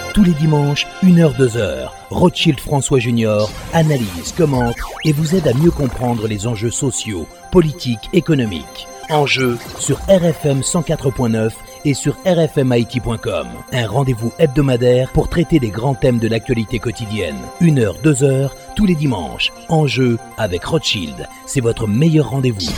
Tous les dimanches, 1h, 2h, Rothschild François Junior analyse, commente et vous aide à mieux comprendre les enjeux sociaux, politiques, économiques. Enjeux sur RFM 104.9 et sur rfmit.com. Un rendez-vous hebdomadaire pour traiter des grands thèmes de l'actualité quotidienne. 1h, 2h, tous les dimanches. Enjeux avec Rothschild. C'est votre meilleur rendez-vous.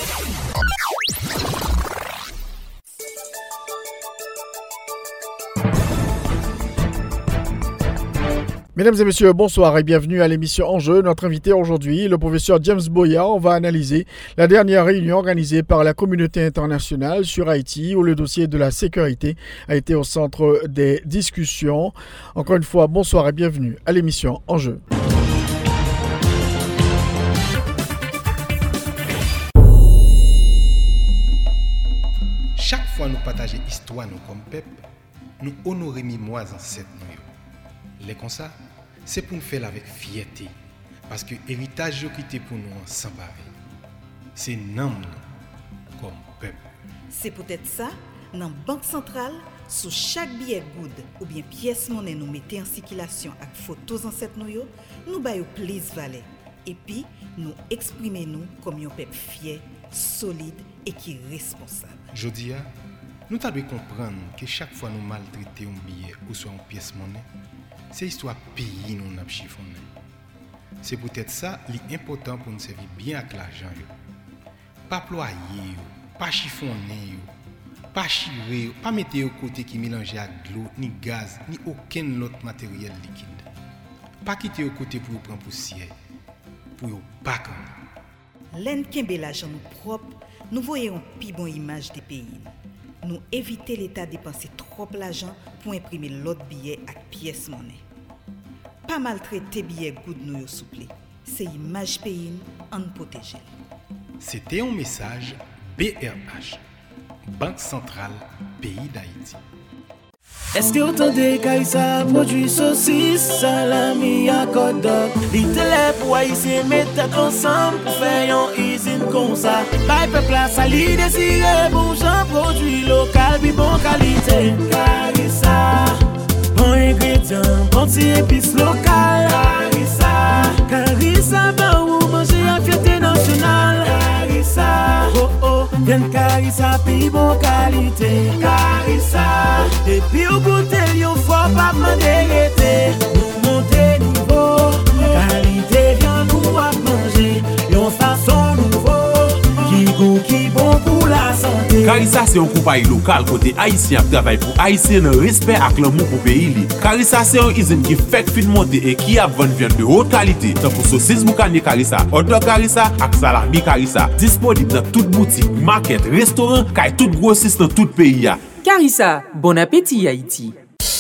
Mesdames et messieurs, bonsoir et bienvenue à l'émission Enjeux. Notre invité aujourd'hui, le professeur James Boyard. On va analyser la dernière réunion organisée par la communauté internationale sur Haïti, où le dossier de la sécurité a été au centre des discussions. Encore une fois, bonsoir et bienvenue à l'émission Enjeux. Chaque fois nous partageons l'histoire nous comme peuple, nous honorons mémoire ancêtres nous. Les comme ça, c'est pour nous faire avec fierté, parce que l'héritage qui était pour nous sans pareil. C'est nous comme peuple. C'est peut-être ça, dans la Banque centrale, sous chaque billet good ou bien pièce monnaie nous mettons en circulation avec photos ancêtres nous baillons plus valeur. Et puis, nous exprimons nous comme un peuple fier, solide et qui est responsable. Jodi, nous devons comprendre que chaque fois nous maltraitons un billet ou soit une pièce monnaie, c'est l'histoire pays nous n'a chiffonné. C'est peut-être ça l'important pour nous servir bien avec l'argent. Pas ployer, pas chiffonner, pas chirer, pas mettre au côté qui mélange avec de l'eau, ni gaz, ni aucun autre matériel liquide. Pas quitter au côté pour prendre poussière, pour pas quand. L'en kembe l'argent nous propre, nous voyons une plus bonne image des pays. Nous éviter l'État dépenser trop l'argent pour imprimer l'autre billet avec pièce monnaie. Pas maltraiter billet good nous souple. C'est image pays en protéger. C'était un message BRH, Banque centrale pays d'Haïti. Est-ce que autant de Kaisa produit saucisse, salami à hot dog? L'itélé pour haïtien mettre ensemble pour faire une usine comme ça. By peuple à sali désiré, bon genre produit local, puis bon qualité. Karissa, bon ingrédient, bon petit épice local. Karissa, Karissa, bah ou manger à fierté nationale. Karissa, oh oh, bien Karissa, puis bon qualité. Karissa, et puis au goûter, yon faut pas m'arrêter. Nous monter niveau, qualité vient nous à manger. Yon façon nouveau, qui bon pour la santé. Karissa c'est un compagnie local côté haïtien qui travaille pour haïtien dans respect avec l'amour pour pays. Karissa c'est une usine qui fait fin monter et qui a bonne viande de haute qualité. Tant pour saucisse boucanier Karissa, hot dog Karissa et salami Karissa. Disponible dans toute boutique, market, restaurant, car tout grossiste dans tout pays. Karissa, bon appétit Haïti.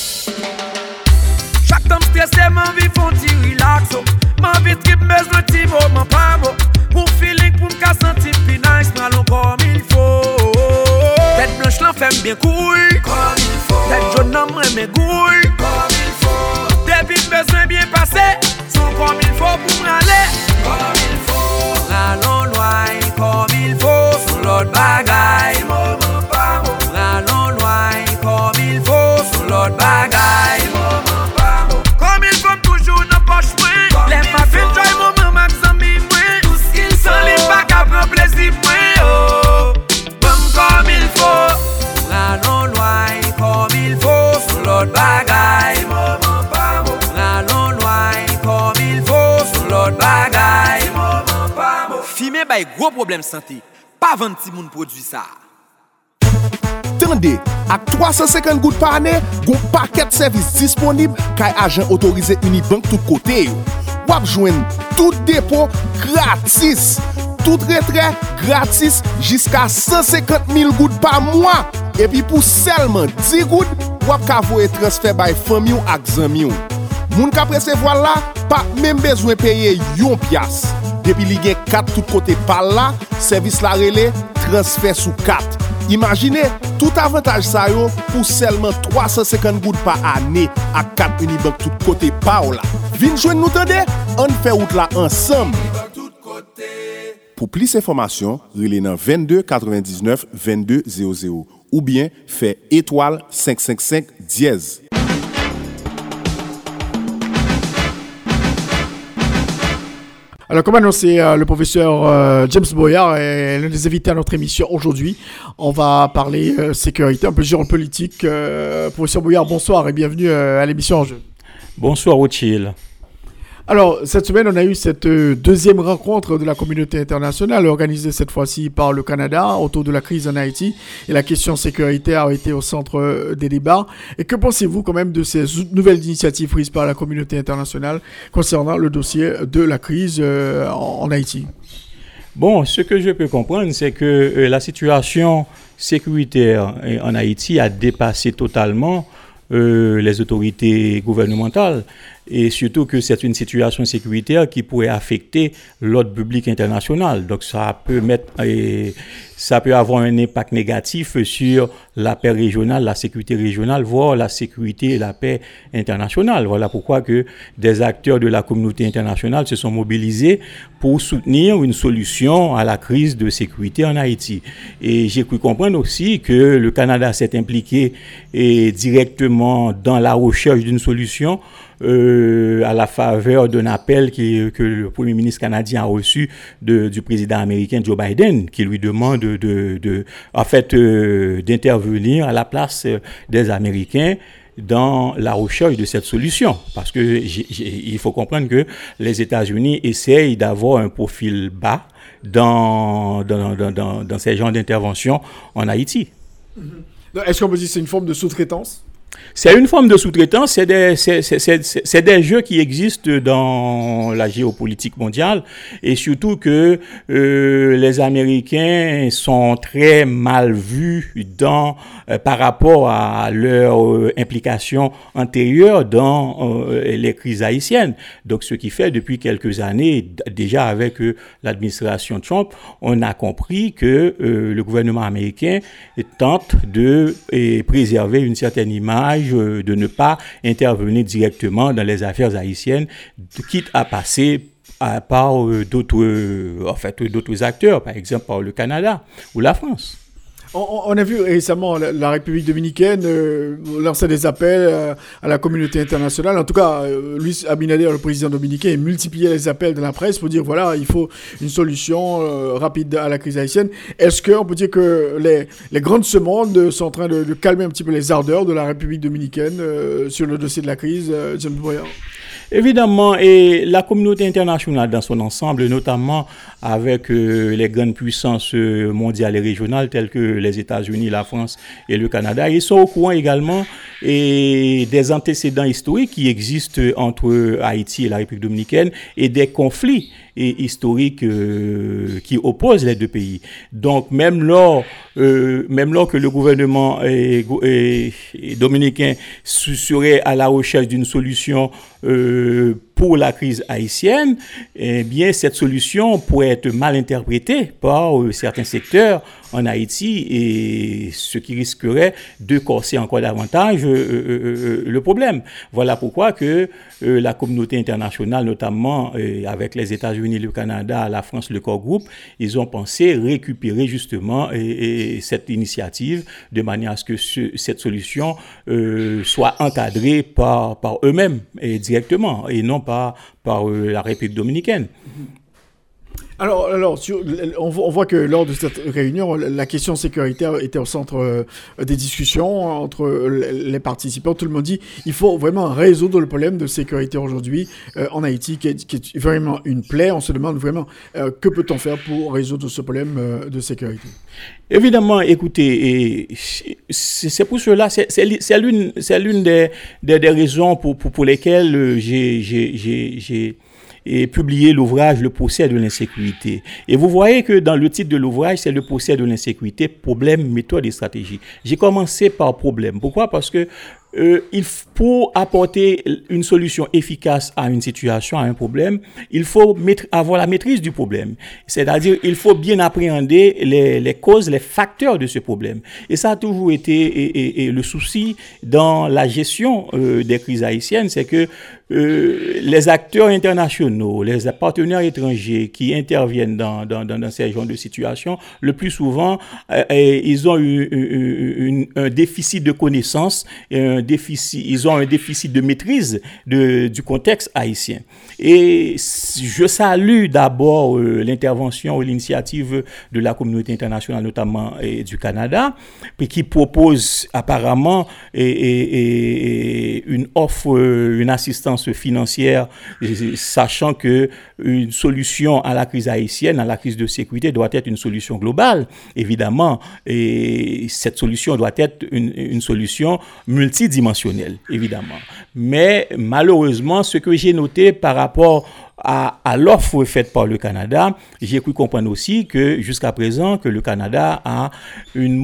Chaque temps stressé, m'envie font ti relax. M'envie trip besoin ti moment pas bon. Pour feeling pour me sentir plus nice, m'allons comme il faut. Tête blanche l'en fait bien cool, comme il faut. Tête jaune n'en moins mes gouilles, comme il faut. Depuis besoin bien passé, sont comme il faut pour m'aller, comme il faut. Allons loin, comme il faut, sur l'autre bagaille, moment pas bon. Allons loin, comme il faut, sur l'autre bagaille, moment pas bon. Comme il faut toujours dans poche moins, les ma fait joy moment max amis moins. Tout ce qu'il sans les pas qu'à prendre plaisir moins, oh. Comme il faut, allons loin, comme il faut, sur l'autre bagaille, moment pas bon. Allons loin, comme il faut, sur l'autre bagaille, moment pas bon. Fumer bay gros problème santé. Pas 20 petits moun produit ça. Tendez, avec 350 gouttes par année, gon paquet de services disponibles kay agent autorisé Unibank tout côté. Wap joindre tout dépôt gratis. Tout retrait gratis jusqu'à 150 000 gouttes par mois. Et puis pour seulement 10 gouttes, wap ka voye transfert by famille ou ak zami ou. Moun ka recevoir là, pas même besoin payer yon pias. Depuis li gen 4 tout côté par là, service la relais transfert sous 4. Imaginez tout avantage ça yo pour seulement 350 gouttes par année à 4 Unibank tout côté par là. Vin joindre nous tande, on fait route là ensemble. Pour plus d'informations, relez dans 22 99 22 00 ou bien fait étoile 555 dièse. Alors, comme annoncé, le professeur James Boyard est l'un des invités à notre émission aujourd'hui. On va parler sécurité, un peu géopolitique. Professeur Boyard, bonsoir et bienvenue à l'émission Enjeu. Bonsoir, Rothschild. Alors, cette semaine, on a eu cette deuxième rencontre de la communauté internationale, organisée cette fois-ci par le Canada, autour de la crise en Haïti. Et la question sécuritaire a été au centre des débats. Et que pensez-vous quand même de ces nouvelles initiatives prises par la communauté internationale concernant le dossier de la crise en Haïti? Bon, ce que je peux comprendre, c'est que la situation sécuritaire en Haïti a dépassé totalement les autorités gouvernementales, et surtout que c'est une situation sécuritaire qui pourrait affecter l'ordre public international. Donc ça peut avoir un impact négatif sur la paix régionale, la sécurité régionale, voire la sécurité et la paix internationale. Voilà pourquoi que des acteurs de la communauté internationale se sont mobilisés pour soutenir une solution à la crise de sécurité en Haïti. Et j'ai cru comprendre aussi que le Canada s'est impliqué directement dans la recherche d'une solution à la faveur d'un appel que le Premier ministre canadien a reçu du président américain Joe Biden, qui lui demande d'intervenir à la place des Américains dans la recherche de cette solution. Parce que il faut comprendre que les États-Unis essayent d'avoir un profil bas dans ces genres d'intervention en Haïti. Est-ce qu'on peut dire que c'est une forme de sous-traitance? C'est une forme de sous-traitance, c'est des jeux qui existent dans la géopolitique mondiale, et surtout que les Américains sont très mal vus par rapport à leur implication antérieure dans les crises haïtiennes. Donc ce qui fait depuis quelques années, déjà avec l'administration Trump, on a compris que le gouvernement américain tente de préserver une certaine image, de ne pas intervenir directement dans les affaires haïtiennes, quitte à passer par d'autres acteurs, par exemple par le Canada ou la France. On a vu récemment la République dominicaine lancer des appels à la communauté internationale. En tout cas, Luis Abinader, le président dominicain, multipliait les appels de la presse pour dire voilà, il faut une solution rapide à la crise haïtienne. Est-ce qu'on peut dire que les grandes semondes sont en train de calmer un petit peu les ardeurs de la République dominicaine sur le dossier de la crise, James Boyard? Évidemment, et la communauté internationale dans son ensemble, notamment avec les grandes puissances mondiales et régionales telles que les États-Unis, la France et le Canada, ils sont au courant également des antécédents historiques qui existent entre Haïti et la République dominicaine et des conflits historiques qui opposent les deux pays. Donc même lors que le gouvernement dominicain serait à la recherche d'une solution pour la crise haïtienne, eh bien cette solution pourrait être mal interprétée par certains secteurs en Haïti, et ce qui risquerait de corser encore davantage le problème. Voilà pourquoi que la communauté internationale, notamment avec les États-Unis, le Canada, la France, le Corps Group, ils ont pensé récupérer justement cette initiative de manière à ce que cette solution soit encadrée par eux-mêmes directement et non par la République dominicaine. Alors on voit que lors de cette réunion, la question sécuritaire était au centre des discussions entre les participants. Tout le monde dit il faut vraiment résoudre le problème de sécurité aujourd'hui en Haïti, qui est vraiment une plaie. On se demande vraiment que peut-on faire pour résoudre ce problème de sécurité. Évidemment, écoutez, c'est pour cela, c'est l'une des raisons pour lesquelles j'ai publié l'ouvrage Le procès de l'insécurité. Et vous voyez que dans le titre de l'ouvrage, c'est le procès de l'insécurité, problème, méthode et stratégie. J'ai commencé par problème. Pourquoi? Parce que pour apporter une solution efficace à une situation, à un problème, il faut avoir la maîtrise du problème. C'est-à-dire, il faut bien appréhender les causes, les facteurs de ce problème. Et ça a toujours été le souci dans la gestion des crises haïtiennes, c'est que les acteurs internationaux, les partenaires étrangers qui interviennent dans ces genres de situations, le plus souvent, ils ont un déficit de connaissance, ils ont un déficit de maîtrise du contexte haïtien. Et je salue d'abord l'intervention ou l'initiative de la communauté internationale, notamment du Canada, qui propose apparemment une offre, une assistance financière, sachant que une solution à la crise haïtienne, à la crise de sécurité, doit être une solution globale, évidemment, et cette solution doit être une solution multidimensionnelle, évidemment. Mais malheureusement, ce que j'ai noté par rapport à l'offre faite par le Canada, j'ai cru comprendre aussi que jusqu'à présent, que le Canada a une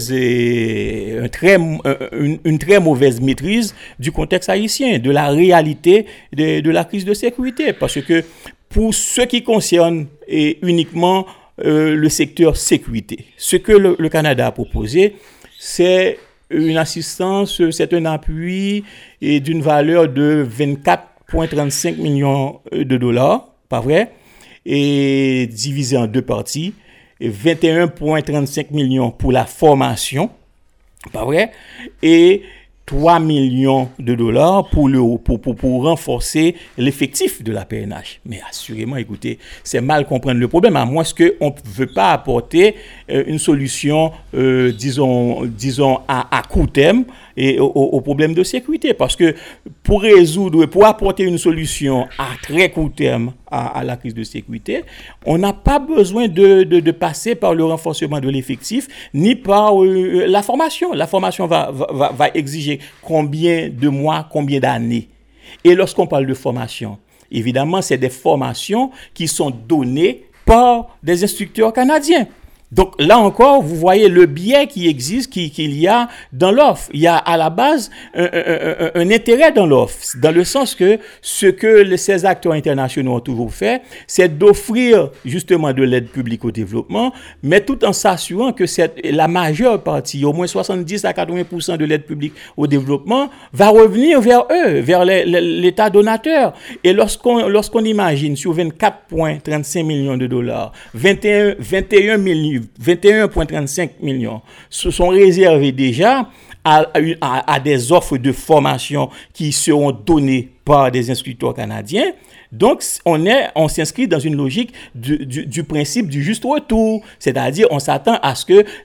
très mauvaise maîtrise du contexte haïtien, de la réalité de la crise de sécurité. Parce que pour ce qui concerne uniquement le secteur sécurité, ce que le Canada a proposé, c'est une assistance, c'est un appui d'une valeur de 24,35 millions de dollars, pas vrai, et divisé en deux parties, et 21,35 millions pour la formation, pas vrai, et 3 millions de dollars pour renforcer l'effectif de la PNH. Mais assurément, écoutez, c'est mal comprendre le problème, à moins qu'on ne veut pas apporter une solution, disons à court terme, et au problème de sécurité. Parce que pour apporter une solution à très court terme à la crise de sécurité, on n'a pas besoin de passer par le renforcement de l'effectif, ni par la formation. La formation va exiger combien de mois, combien d'années. Et lorsqu'on parle de formation, évidemment, c'est des formations qui sont données par des instructeurs canadiens. Donc là encore, vous voyez le biais qui existe, qu'il y a dans l'offre. Il y a à la base un intérêt dans l'offre, dans le sens que ce que ces acteurs internationaux ont toujours fait, c'est d'offrir justement de l'aide publique au développement, mais tout en s'assurant que la majeure partie, au moins 70 à 80% de l'aide publique au développement, va revenir vers eux, vers l'État donateur. Et lorsqu'on imagine sur 24,35 millions de dollars, 21,35 millions se sont réservés déjà à des offres de formation qui seront données par des instructeurs canadiens. Donc, on s'inscrit dans une logique du principe du juste retour. C'est-à-dire, on s'attend à ce que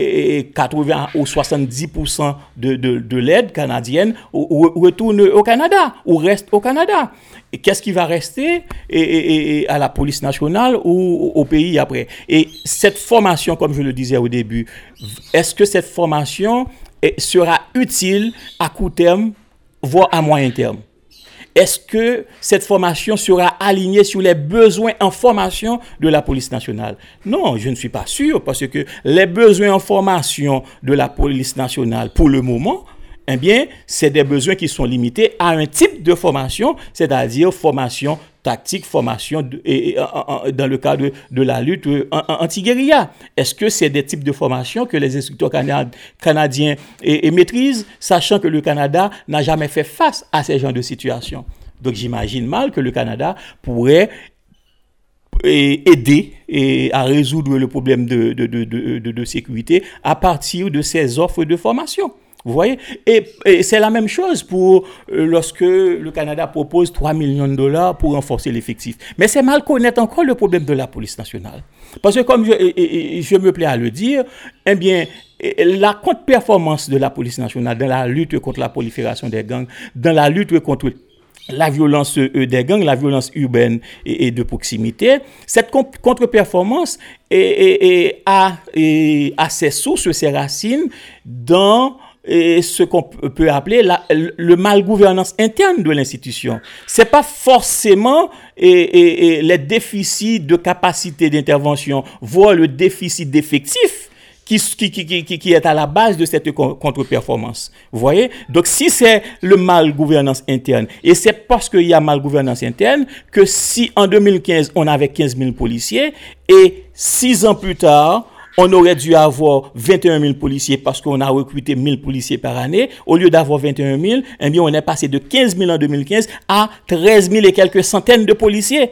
80 ou 70% de l'aide canadienne retourne au Canada ou reste au Canada. Et qu'est-ce qui va rester à la police nationale ou au pays après? Et cette formation, comme je le disais au début, est-ce que cette formation sera utile à court terme, voire à moyen terme? Est-ce que cette formation sera alignée sur les besoins en formation de la police nationale? Non, je ne suis pas sûr, parce que les besoins en formation de la police nationale, pour le moment, eh bien, c'est des besoins qui sont limités à un type de formation, c'est-à-dire formation tactique, formation dans le cadre de la lutte anti-guérilla. Est-ce que c'est des types de formations que les instructeurs canadiens maîtrisent, sachant que le Canada n'a jamais fait face à ces genres de situations? Donc j'imagine mal que le Canada pourrait aider à résoudre le problème de sécurité à partir de ces offres de formation. Vous voyez? Et c'est la même chose pour lorsque le Canada propose 3 millions de dollars pour renforcer l'effectif. Mais c'est mal connaître encore le problème de la police nationale. Parce que comme je me plais à le dire, eh bien, la contre-performance de la police nationale dans la lutte contre la prolifération des gangs, dans la lutte contre la violence des gangs, la violence urbaine et de proximité, cette contre-performance a ses sources, ses racines dans ce qu'on peut appeler le mal-gouvernance interne de l'institution. C'est pas forcément les déficits de capacité d'intervention, voire le déficit d'effectifs qui est à la base de cette contre-performance. Vous voyez? Donc, si c'est le mal-gouvernance interne, et c'est parce qu'il y a mal-gouvernance interne que si en 2015, on avait 15 000 policiers, et 6 ans plus tard, on aurait dû avoir 21 000 policiers parce qu'on a recruté 1000 policiers par année. Au lieu d'avoir 21 000, eh bien, on est passé de 15 000 en 2015 à 13 000 et quelques centaines de policiers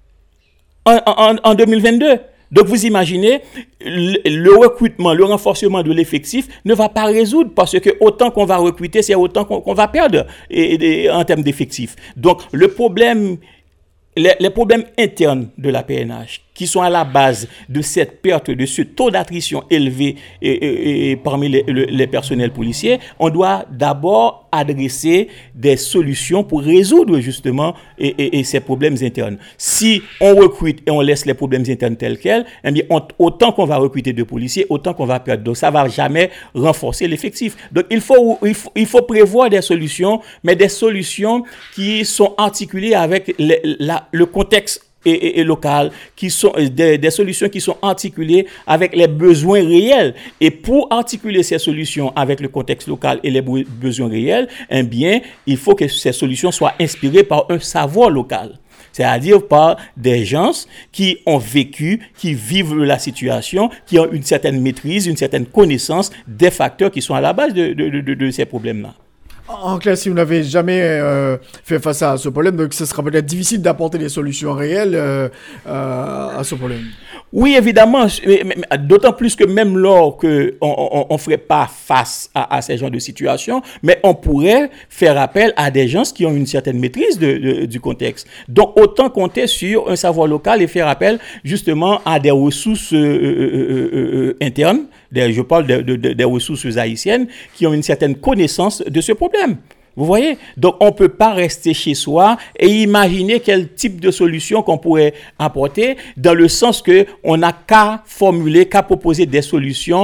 en 2022. Donc, vous imaginez, le recrutement, le renforcement de l'effectif ne va pas résoudre parce que autant qu'on va recruter, c'est autant qu'on va perdre en termes d'effectifs. Donc, les problèmes internes de la PNH qui sont à la base de cette perte, de ce taux d'attrition élevé parmi les personnels policiers, on doit d'abord adresser des solutions pour résoudre justement ces problèmes internes. Si on recrute et on laisse les problèmes internes tels quels, eh bien, autant qu'on va recruter de policiers, autant qu'on va perdre. Donc, ça ne va jamais renforcer l'effectif. Donc, il faut prévoir des solutions, mais des solutions qui sont articulées avec le contexte et local, qui sont des solutions qui sont articulées avec les besoins réels. Et pour articuler ces solutions avec le contexte local et les besoins réels, eh bien, il faut que ces solutions soient inspirées par un savoir local. C'est-à-dire par des gens qui ont vécu, qui vivent la situation, qui ont une certaine maîtrise, une certaine connaissance des facteurs qui sont à la base de ces problèmes-là. En clair, si vous n'avez jamais fait face à ce problème, donc ce sera peut-être difficile d'apporter des solutions réelles à ce problème. Oui, évidemment, mais d'autant plus que même lors qu'on ne ferait pas face à ces genres de situations, mais on pourrait faire appel à des gens qui ont une certaine maîtrise du contexte. Donc, autant compter sur un savoir local et faire appel justement à des ressources internes. Je parle des ressources haïtiennes qui ont une certaine connaissance de ce problème. Vous voyez? Donc, on ne peut pas rester chez soi et imaginer quel type de solution qu'on pourrait apporter dans le sens qu'on n'a qu'à formuler, qu'à proposer des solutions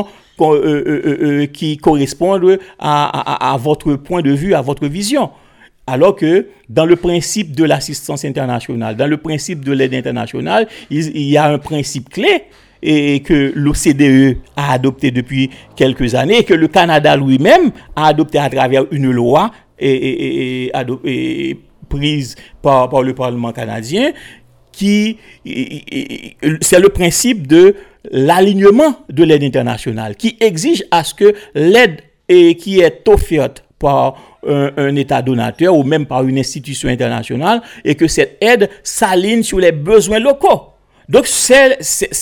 qui correspondent à votre point de vue, à votre vision. Alors que dans le principe de l'assistance internationale, dans le principe de l'aide internationale, il y a un principe clé et que l'OCDE a adopté depuis quelques années et que le Canada lui-même a adopté à travers une loi et prise par le Parlement canadien, c'est le principe de l'alignement de l'aide internationale qui exige à ce que l'aide qui est offerte par un État donateur ou même par une institution internationale et que cette aide s'aligne sur les besoins locaux. Donc, c'est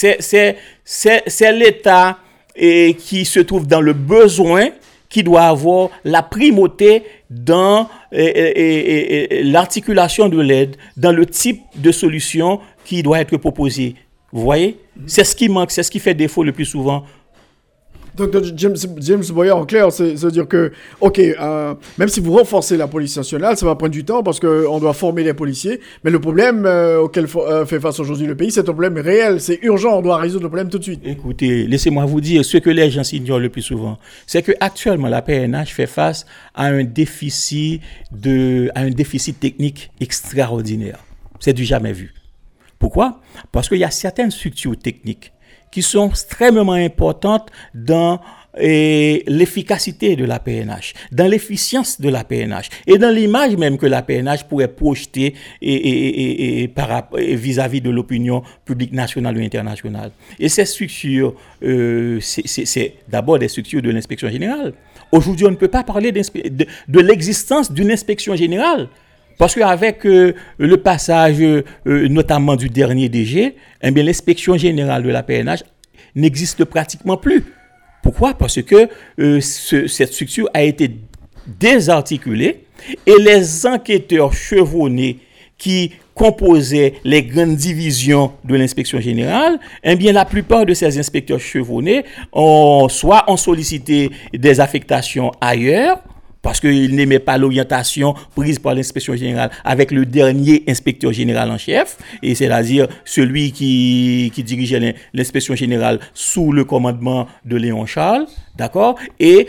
l'État qui se trouve dans le besoin qui doit avoir la primauté dans l'articulation de l'aide, dans le type de solution qui doit être proposée. Vous voyez? C'est ce qui manque, c'est ce qui fait défaut le plus souvent. Donc, James Boyer, en clair, c'est-à-dire que, même si vous renforcez la police nationale, ça va prendre du temps parce qu'on doit former les policiers. Mais le problème auquel fait face aujourd'hui le pays, c'est un problème réel. C'est urgent, on doit résoudre le problème tout de suite. Écoutez, laissez-moi vous dire, ce que les gens ignorent le plus souvent, c'est qu'actuellement, la PNH fait face à un déficit technique extraordinaire. C'est du jamais vu. Pourquoi? Parce qu'il y a certaines structures techniques qui sont extrêmement importantes dans l'efficacité de la PNH, dans l'efficience de la PNH et dans l'image même que la PNH pourrait projeter vis-à-vis de l'opinion publique nationale ou internationale. Et ces structures, c'est d'abord des structures de l'inspection générale. Aujourd'hui, on ne peut pas parler de l'existence d'une inspection générale. Parce qu'avec le passage notamment du dernier DG, eh bien, l'inspection générale de la PNH n'existe pratiquement plus. Pourquoi? Parce que cette structure a été désarticulée et les enquêteurs chevronnés qui composaient les grandes divisions de l'inspection générale, eh bien, la plupart de ces inspecteurs chevronnés ont sollicité des affectations ailleurs, parce qu'ils n'aimaient pas l'orientation prise par l'inspection générale avec le dernier inspecteur général en chef, et c'est-à-dire celui qui dirigeait l'inspection générale sous le commandement de Léon Charles, d'accord? Et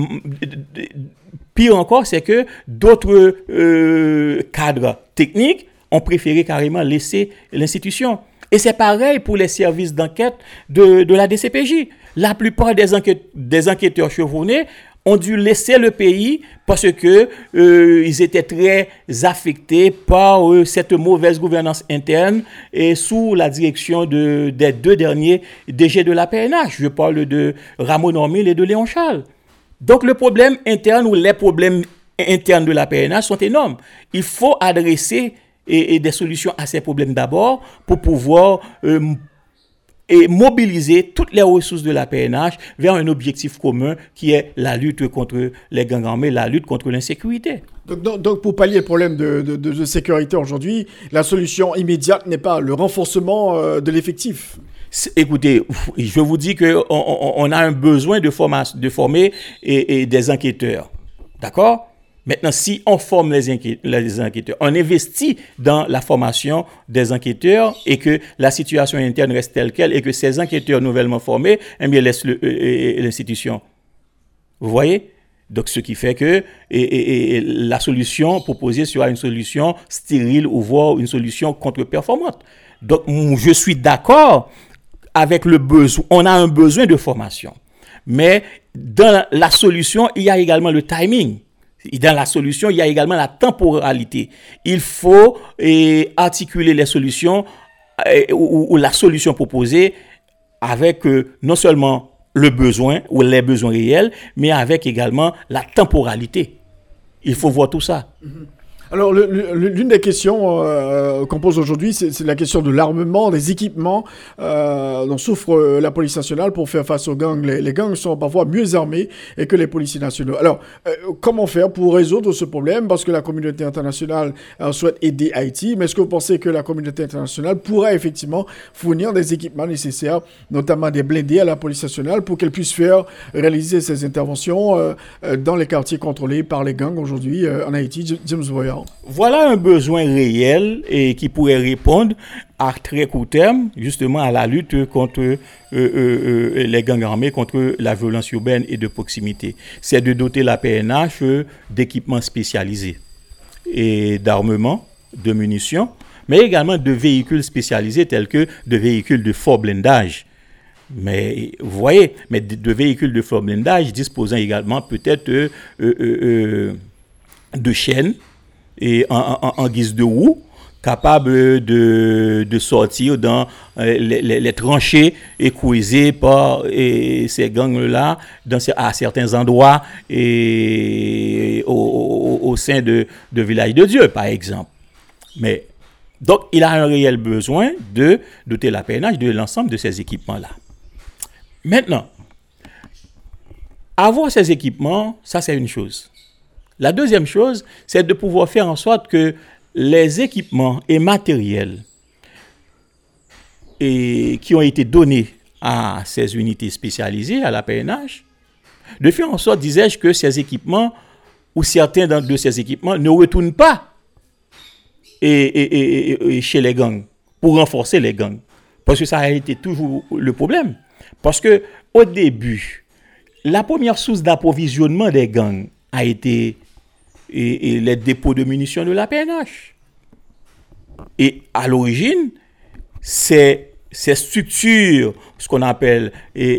pire encore, c'est que d'autres cadres techniques ont préféré carrément laisser l'institution. Et c'est pareil pour les services d'enquête de la DCPJ. La plupart des enquêteurs chevronnés ont dû laisser le pays parce que ils étaient très affectés par cette mauvaise gouvernance interne et sous la direction des deux derniers DG de la PNH. Je parle de Ramon Ormil et de Léon Charles. Donc le problème interne ou les problèmes internes de la PNH sont énormes. Il faut adresser des solutions à ces problèmes d'abord pour pouvoir mobiliser toutes les ressources de la PNH vers un objectif commun qui est la lutte contre les gangs armés, la lutte contre l'insécurité. Donc pour pallier le problème de sécurité aujourd'hui, la solution immédiate n'est pas le renforcement de l'effectif. Écoutez, je vous dis qu'on a un besoin de former des enquêteurs. D'accord ? Maintenant, si on forme les enquêteurs, on investit dans la formation des enquêteurs et que la situation interne reste telle qu'elle et que ces enquêteurs nouvellement formés, eh bien, laissent l'institution. Vous voyez ? Donc, ce qui fait que la solution proposée sera une solution stérile ou voire une solution contre-performante. Donc, je suis d'accord avec le besoin. On a un besoin de formation. Mais dans la solution, il y a également le timing. Dans la solution, il y a également la temporalité. Il faut articuler les solutions ou la solution proposée avec non seulement le besoin ou les besoins réels, mais avec également la temporalité. Il faut voir tout ça. Alors, l'une des questions qu'on pose aujourd'hui, c'est la question de l'armement, des équipements dont souffre la police nationale pour faire face aux gangs. Les gangs sont parfois mieux armés que les policiers nationaux. Alors, comment faire pour résoudre ce problème? Parce que la communauté internationale souhaite aider Haïti, mais est-ce que vous pensez que la communauté internationale pourrait effectivement fournir des équipements nécessaires, notamment des blindés à la police nationale, pour qu'elle puisse réaliser ses interventions dans les quartiers contrôlés par les gangs aujourd'hui en Haïti? James Boyard. Voilà un besoin réel et qui pourrait répondre à très court terme, justement, à la lutte contre les gangs armés, contre la violence urbaine et de proximité. C'est de doter la PNH d'équipements spécialisés et d'armement, de munitions, mais également de véhicules spécialisés tels que de véhicules de fort blindage. Mais vous voyez, de véhicules de fort blindage disposant également peut-être de chaînes et en guise de roue, capable de sortir dans les tranchées écrouisées par ces gangs-là à certains endroits et au sein de Village de Dieu, par exemple. Mais donc, il a un réel besoin de doter la PNH de l'ensemble de ces équipements-là. Maintenant, avoir ces équipements, ça c'est une chose. La deuxième chose, c'est de pouvoir faire en sorte que les équipements et matériels qui ont été donnés à ces unités spécialisées, à la PNH, de faire en sorte, disais-je, que ces équipements ou certains de ces équipements ne retournent pas chez les gangs pour renforcer les gangs. Parce que ça a été toujours le problème. Parce que au début, la première source d'approvisionnement des gangs a été les dépôts de munitions de la PNH. Et à l'origine, ces structures, ce qu'on appelle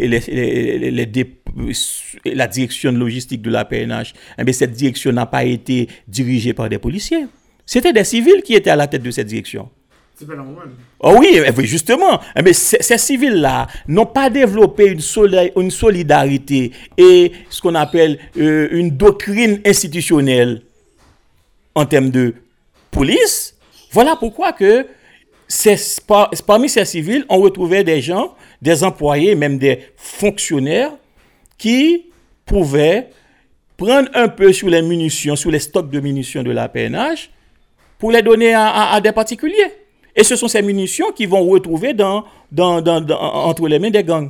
la direction logistique de la PNH, cette direction n'a pas été dirigée par des policiers. C'était des civils qui étaient à la tête de cette direction. C'est pas normal. Oh oui, justement. Mais ces civils-là n'ont pas développé une solidarité et ce qu'on appelle une doctrine institutionnelle en termes de police. Voilà pourquoi que parmi ces civils, on retrouvait des gens, des employés, même des fonctionnaires qui pouvaient prendre un peu sur les munitions, sur les stocks de munitions de la PNH pour les donner à des particuliers. Et ce sont ces munitions qui vont retrouver entre les mains des gangs.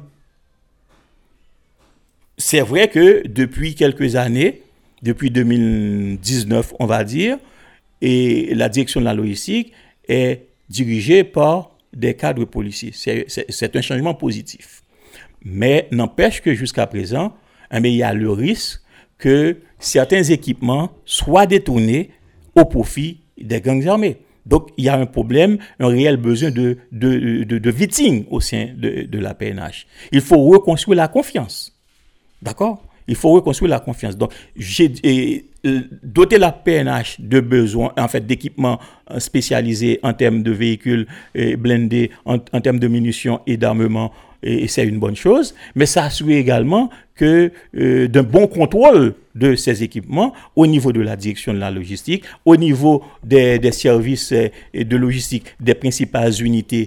C'est vrai que depuis quelques années, depuis 2019, on va dire, et la direction de la logistique est dirigée par des cadres policiers. C'est un changement positif. Mais n'empêche que jusqu'à présent, il y a le risque que certains équipements soient détournés au profit des gangs armés. Donc, il y a un problème, un réel besoin de vetting au sein de la PNH. Il faut reconstruire la confiance. D'accord ? Il faut reconstruire la confiance. Donc, doter la PNH de besoins, en fait, d'équipements spécialisés en termes de véhicules blindés, en termes de munitions et d'armement, et c'est une bonne chose, mais ça assure également que d'un bon contrôle de ces équipements au niveau de la direction de la logistique, au niveau des services de logistique des principales unités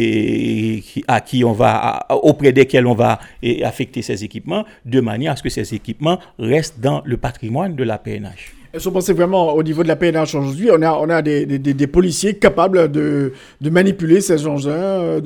auprès desquelles on va affecter ces équipements, de manière à ce que ces équipements restent dans le patrimoine de la PNH. Est-ce que vous pensez vraiment au niveau de la PNH aujourd'hui, on a des policiers capables de manipuler ces engins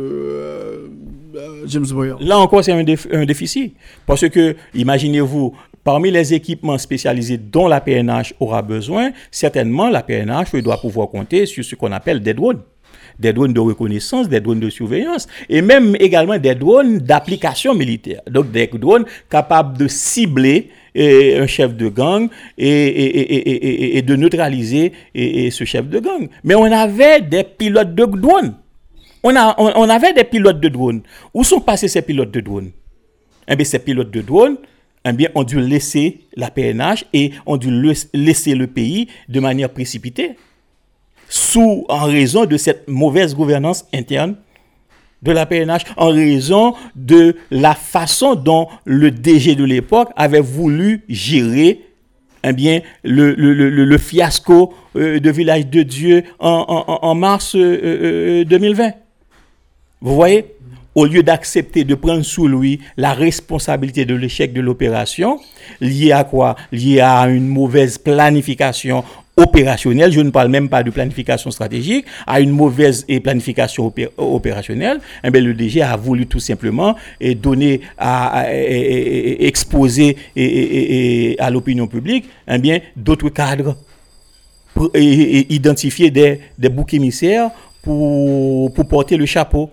James Boyer? Là encore, c'est un déficit. Parce que, imaginez-vous, parmi les équipements spécialisés dont la PNH aura besoin, certainement la PNH doit pouvoir compter sur ce qu'on appelle des drones de reconnaissance, des drones de surveillance, et même également des drones d'application militaire. Donc des drones capables de cibler un chef de gang et de neutraliser ce chef de gang. Mais on avait des pilotes de drones. On avait des pilotes de drones. Où sont passés ces pilotes de drones? Eh bien, ces pilotes de drones, ont dû laisser la PNH et ont dû laisser le pays de manière précipitée, en raison de cette mauvaise gouvernance interne de la PNH, en raison de la façon dont le DG de l'époque avait voulu gérer le fiasco de Village de Dieu en mars 2020. Vous voyez, au lieu d'accepter de prendre sous lui la responsabilité de l'échec de l'opération, lié à quoi? Lié à une mauvaise planification opérationnelle, je ne parle même pas de planification stratégique, à une mauvaise planification opérationnelle, le DG a voulu tout simplement exposer à l'opinion publique d'autres cadres, identifier des boucs émissaires pour porter le chapeau.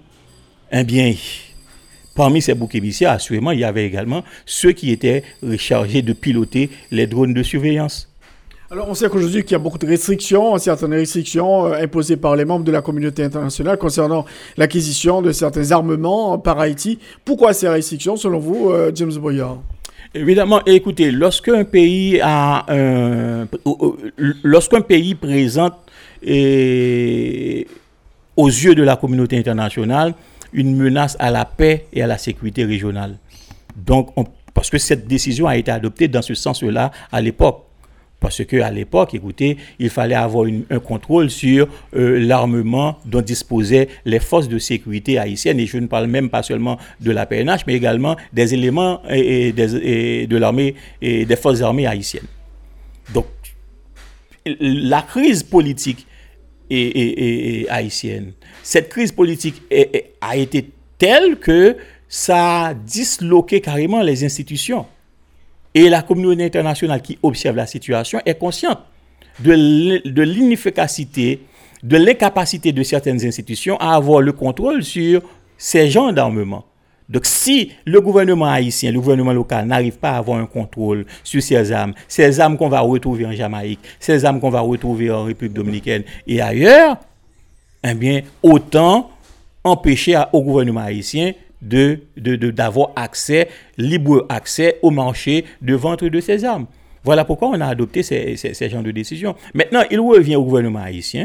Parmi ces boucs émissaires, assurément, il y avait également ceux qui étaient chargés de piloter les drones de surveillance. Alors, on sait qu'aujourd'hui, qu'il y a beaucoup de restrictions, certaines restrictions imposées par les membres de la communauté internationale concernant l'acquisition de certains armements par Haïti. Pourquoi ces restrictions, selon vous, James Boyer? Évidemment, écoutez, lorsqu'un pays présente aux yeux de la communauté internationale une menace à la paix et à la sécurité régionale. Donc, parce que cette décision a été adoptée dans ce sens-là à l'époque. Parce qu'à l'époque, écoutez, il fallait avoir un contrôle sur l'armement dont disposaient les forces de sécurité haïtiennes. Et je ne parle même pas seulement de la PNH, mais également des éléments de l'armée et des forces armées haïtiennes. Donc, la crise politique haïtienne, cette crise politique a été telle que ça a disloqué carrément les institutions. Et la communauté internationale qui observe la situation est consciente de l'inefficacité, de l'incapacité de certaines institutions à avoir le contrôle sur ces genres d'armement. Donc si le gouvernement haïtien, le gouvernement local n'arrive pas à avoir un contrôle sur ces armes qu'on va retrouver en Jamaïque, ces armes qu'on va retrouver en République dominicaine et ailleurs, autant empêcher au gouvernement haïtien d'avoir libre accès au marché de vente de ces armes. Voilà pourquoi on a adopté ces genres de décisions. Maintenant, il revient au gouvernement haïtien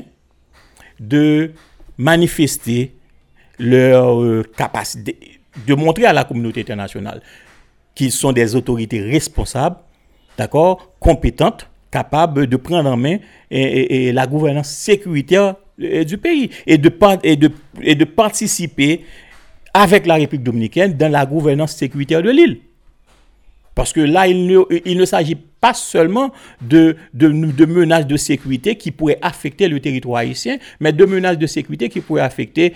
de manifester leur capacité, de montrer à la communauté internationale qu'ils sont des autorités responsables, d'accord, compétentes, capables de prendre en main la gouvernance sécuritaire du pays et de participer avec la République dominicaine dans la gouvernance sécuritaire de l'île. Parce que là, il ne s'agit pas seulement de menaces de sécurité qui pourraient affecter le territoire haïtien, mais de menaces de sécurité qui pourraient affecter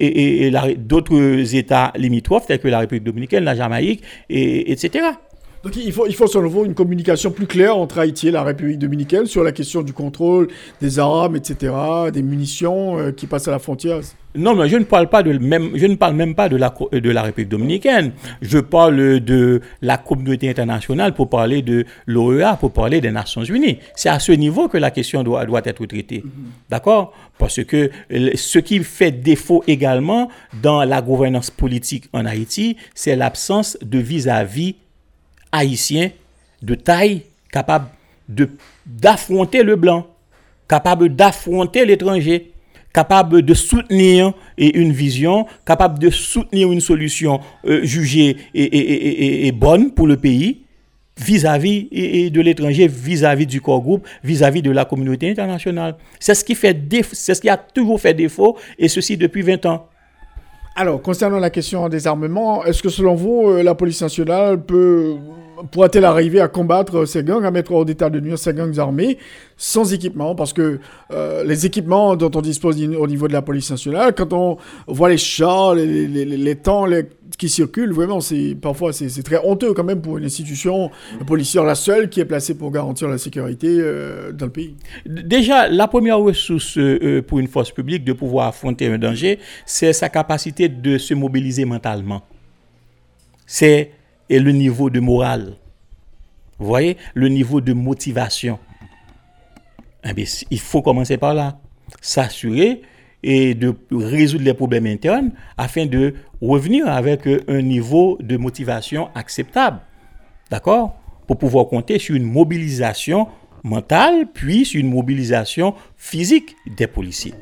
d'autres États limitrophes, tels que la République dominicaine, la Jamaïque, etc. Donc il faut selon vous une communication plus claire entre Haïti et la République dominicaine sur la question du contrôle des armes, etc., des munitions qui passent à la frontière. Non, mais je ne parle même pas de la République dominicaine. Je parle de la communauté internationale pour parler de l'OEA, pour parler des Nations Unies. C'est à ce niveau que la question doit être traitée. D'accord? Parce que ce qui fait défaut également dans la gouvernance politique en Haïti, c'est l'absence de vis-à-vis haïtien de taille capable d'affronter le blanc, capable d'affronter l'étranger, capable de soutenir une vision, capable de soutenir une solution jugée et bonne pour le pays vis-à-vis de l'étranger, vis-à-vis du corps groupe, vis-à-vis de la communauté internationale. C'est ce qui a toujours fait défaut, et ceci depuis 20 ans. Alors, concernant la question des armements, est-ce que selon vous, la police nationale pourra-t-elle arriver à combattre ces gangs, à mettre hors d'état de nuire ces gangs armés sans équipement? Parce que les équipements dont on dispose au niveau de la police nationale, quand on voit les chars, les temps qui circulent, vraiment, parfois c'est très honteux quand même pour une institution policière, la seule qui est placée pour garantir la sécurité dans le pays. Déjà, la première ressource pour une force publique de pouvoir affronter un danger, c'est sa capacité de se mobiliser mentalement. C'est le niveau de morale. Vous voyez, le niveau de motivation. Eh bien, il faut commencer par là. S'assurer et de résoudre les problèmes internes afin de revenir avec un niveau de motivation acceptable. D'accord? Pour pouvoir compter sur une mobilisation mentale, puis sur une mobilisation physique des policiers.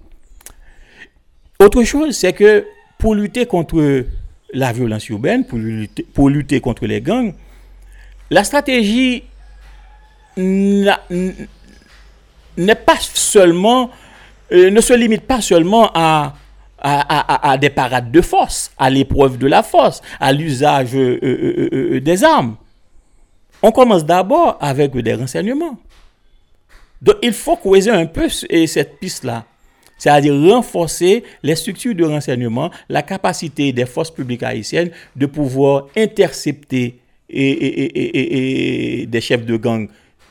Autre chose, c'est que pour lutter contre la violence urbaine, pour lutter contre les gangs, la stratégie n'est pas seulement, ne se limite pas seulement à des parades de force, à l'épreuve de la force, à l'usage des armes. On commence d'abord avec des renseignements. Donc il faut creuser un peu cette piste-là. C'est-à-dire renforcer les structures de renseignement, la capacité des forces publiques haïtiennes de pouvoir intercepter des chefs de gang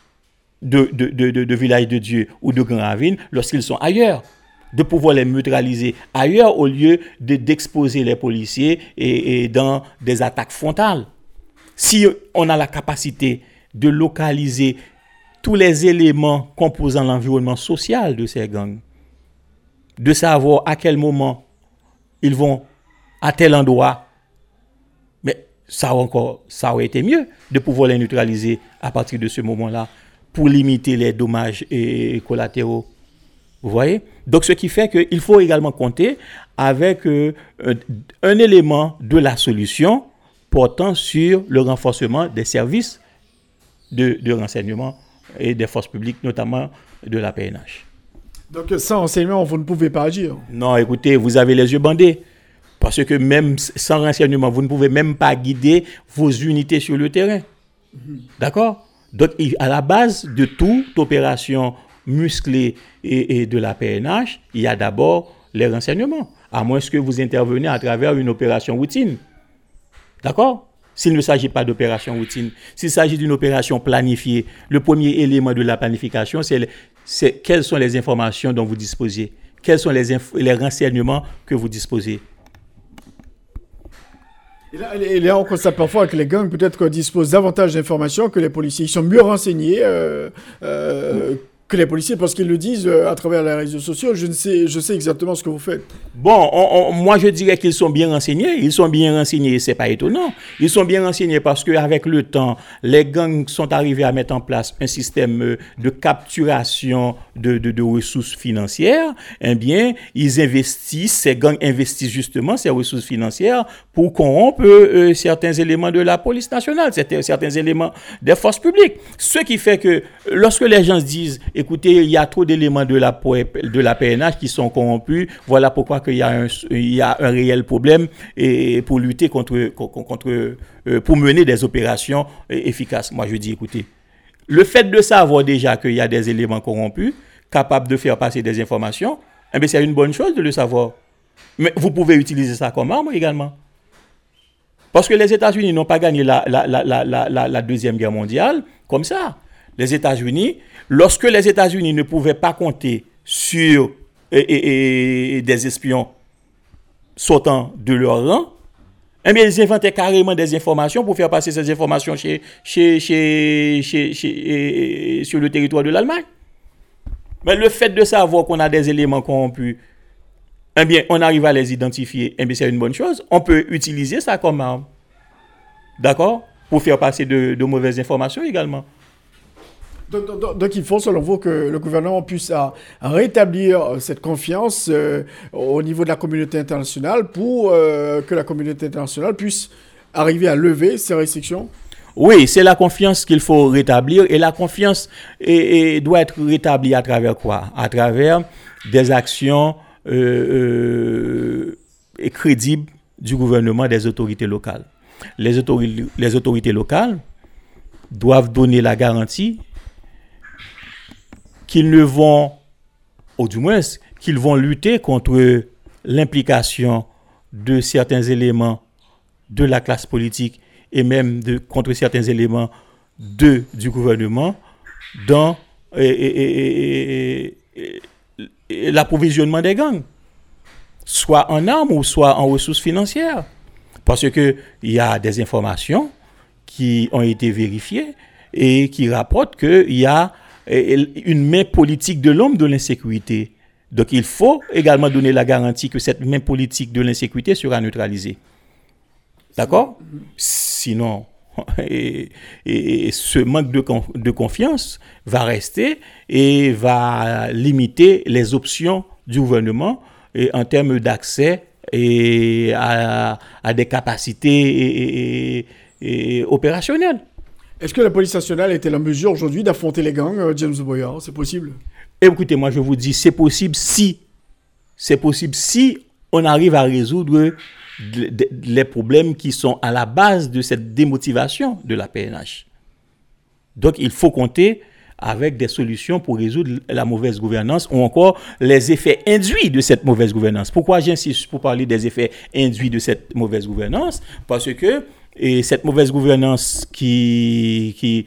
de Village de Dieu ou de Grand Ravine lorsqu'ils sont ailleurs, de pouvoir les neutraliser ailleurs au lieu d'exposer les policiers et dans des attaques frontales. Si on a la capacité de localiser tous les éléments composant l'environnement social de ces gangs, de savoir à quel moment ils vont à tel endroit, mais ça aurait été mieux de pouvoir les neutraliser à partir de ce moment-là pour limiter les dommages collatéraux. Vous voyez? Donc, ce qui fait qu'il faut également compter avec un élément de la solution portant sur le renforcement des services de renseignement et des forces publiques, notamment de la PNH. Donc, sans renseignement, vous ne pouvez pas agir? Non, écoutez, vous avez les yeux bandés. Parce que même sans renseignement, vous ne pouvez même pas guider vos unités sur le terrain. D'accord? Donc, à la base de toute opération musclée et de la PNH, il y a d'abord les renseignements. À moins que vous intervenez à travers une opération routine. D'accord? S'il ne s'agit pas d'opération routine, s'il s'agit d'une opération planifiée, le premier élément de la planification, c'est quelles sont les informations dont vous disposez, quels sont les renseignements que vous disposez. Et là, on constate parfois que les gangs peut-être disposent davantage d'informations que les policiers. Ils sont mieux renseignés que les policiers parce qu'ils le disent à travers les réseaux sociaux. Je sais exactement ce que vous faites. Bon, moi je dirais qu'ils sont bien renseignés. Ils sont bien renseignés, c'est pas étonnant. Ils sont bien renseignés parce qu'avec le temps, les gangs sont arrivés à mettre en place un système de capturation de ressources financières. Eh bien, ces gangs investissent justement ces ressources financières pour corrompre certains éléments de la police nationale, certains éléments des forces publiques. Ce qui fait que lorsque les gens se disent écoutez, il y a trop d'éléments de la PNH qui sont corrompus. Voilà pourquoi il y a un réel problème et pour lutter pour mener des opérations efficaces. Moi, je dis, écoutez, le fait de savoir déjà qu'il y a des éléments corrompus, capables de faire passer des informations, eh bien, c'est une bonne chose de le savoir. Mais vous pouvez utiliser ça comme arme également. Parce que les États-Unis n'ont pas gagné la Deuxième Guerre mondiale comme ça. Les États-Unis, lorsque les États-Unis ne pouvaient pas compter sur des espions sortant de leur rang, eh bien, ils inventaient carrément des informations pour faire passer ces informations sur le territoire de l'Allemagne. Mais le fait de savoir qu'on a des éléments corrompus, eh bien, on arrive à les identifier, eh bien, c'est une bonne chose. On peut utiliser ça comme arme. D'accord? pour faire passer de mauvaises informations également. Donc il faut, selon vous, que le gouvernement puisse rétablir cette confiance au niveau de la communauté internationale pour que la communauté internationale puisse arriver à lever ces restrictions? Oui, c'est la confiance qu'il faut rétablir, et la confiance doit être rétablie à travers quoi? À travers des actions crédibles du gouvernement, des autorités locales. Les autorités locales doivent donner la garantie qu'ils ne vont, ou du moins qu'ils vont lutter contre l'implication de certains éléments de la classe politique et même contre certains éléments du gouvernement dans l'approvisionnement des gangs, soit en armes ou soit en ressources financières. Parce qu'il y a des informations qui ont été vérifiées et qui rapportent qu'il y a une main politique de l'homme de l'insécurité. Donc il faut également donner la garantie que cette main politique de l'insécurité sera neutralisée. D'accord? Sinon, ce manque de confiance va rester et va limiter les options du gouvernement en termes d'accès à des capacités opérationnelles. Est-ce que la police nationale est-elle en mesure aujourd'hui d'affronter les gangs, James Boyard? C'est possible? Écoutez, moi je vous dis, c'est possible si on arrive à résoudre les problèmes qui sont à la base de cette démotivation de la PNH. Donc il faut compter avec des solutions pour résoudre la mauvaise gouvernance ou encore les effets induits de cette mauvaise gouvernance. Pourquoi j'insiste pour parler des effets induits de cette mauvaise gouvernance? Parce que cette mauvaise gouvernance qui